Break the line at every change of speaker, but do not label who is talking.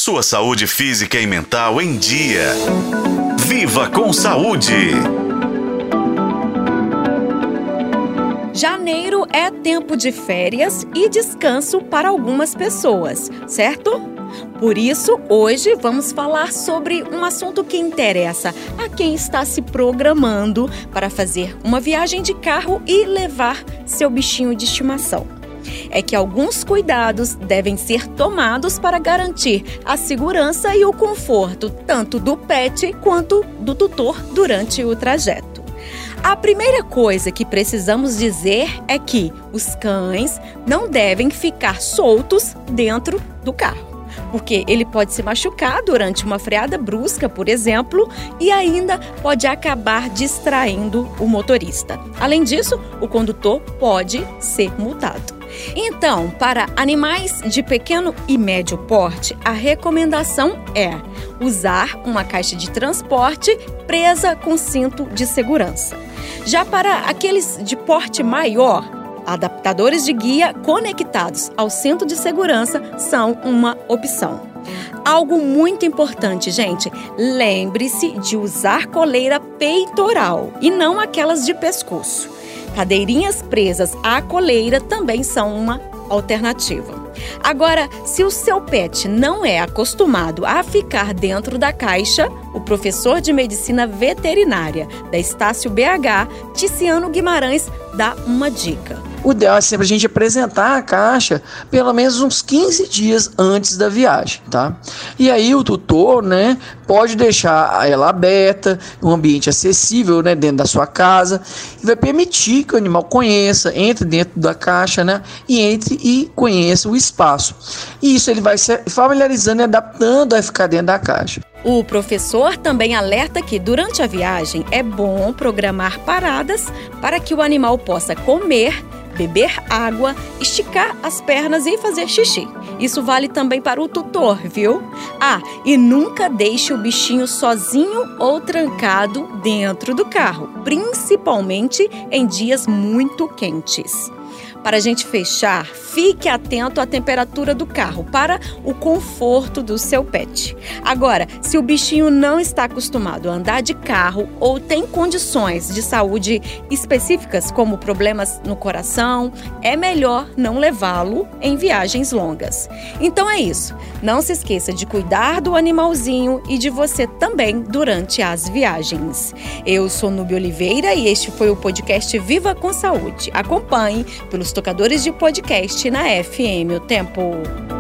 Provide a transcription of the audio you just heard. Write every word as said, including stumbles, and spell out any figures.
Sua saúde física e mental em dia. Viva com saúde!
Janeiro é tempo de férias e descanso para algumas pessoas, certo? Por isso, hoje vamos falar sobre um assunto que interessa a quem está se programando para fazer uma viagem de carro e levar seu bichinho de estimação. É que alguns cuidados devem ser tomados para garantir a segurança e o conforto tanto do pet quanto do tutor durante o trajeto. A primeira coisa que precisamos dizer é que os cães não devem ficar soltos dentro do carro, porque ele pode se machucar durante uma freada brusca, por exemplo, e ainda pode acabar distraindo o motorista. Além disso, o condutor pode ser multado. Então, para animais de pequeno e médio porte, a recomendação é usar uma caixa de transporte presa com cinto de segurança. Já para aqueles de porte maior, adaptadores de guia conectados ao cinto de segurança são uma opção. Algo muito importante, gente, lembre-se de usar coleira peitoral e não aquelas de pescoço. Cadeirinhas presas à coleira também são uma alternativa. Agora, se o seu pet não é acostumado a ficar dentro da caixa, o professor de medicina veterinária da Estácio B H, Ticiano Guimarães, dá uma dica.
O ideal é sempre a gente apresentar a caixa pelo menos uns quinze dias antes da viagem, tá? E aí o tutor, né, pode deixar ela aberta, um ambiente acessível, né, dentro da sua casa, e vai permitir que o animal conheça, entre dentro da caixa, né, e entre e conheça o espaço. E isso ele vai se familiarizando e adaptando a ficar dentro da caixa.
O professor também alerta que durante a viagem é bom programar paradas para que o animal possa comer, beber água, esticar as pernas e fazer xixi. Isso vale também para o tutor, viu? Ah, e nunca deixe o bichinho sozinho ou trancado dentro do carro, principalmente em dias muito quentes. Para a gente fechar, fique atento à temperatura do carro para o conforto do seu pet. Agora, se o bichinho não está acostumado a andar de carro ou tem condições de saúde específicas, como problemas no coração, é melhor não levá-lo em viagens longas. Então é isso. Não se esqueça de cuidar do animalzinho e de você também durante as viagens. Eu sou Núbia Oliveira e este foi o podcast Viva com Saúde. Acompanhe pelos tocadores de podcast na F M O Tempo.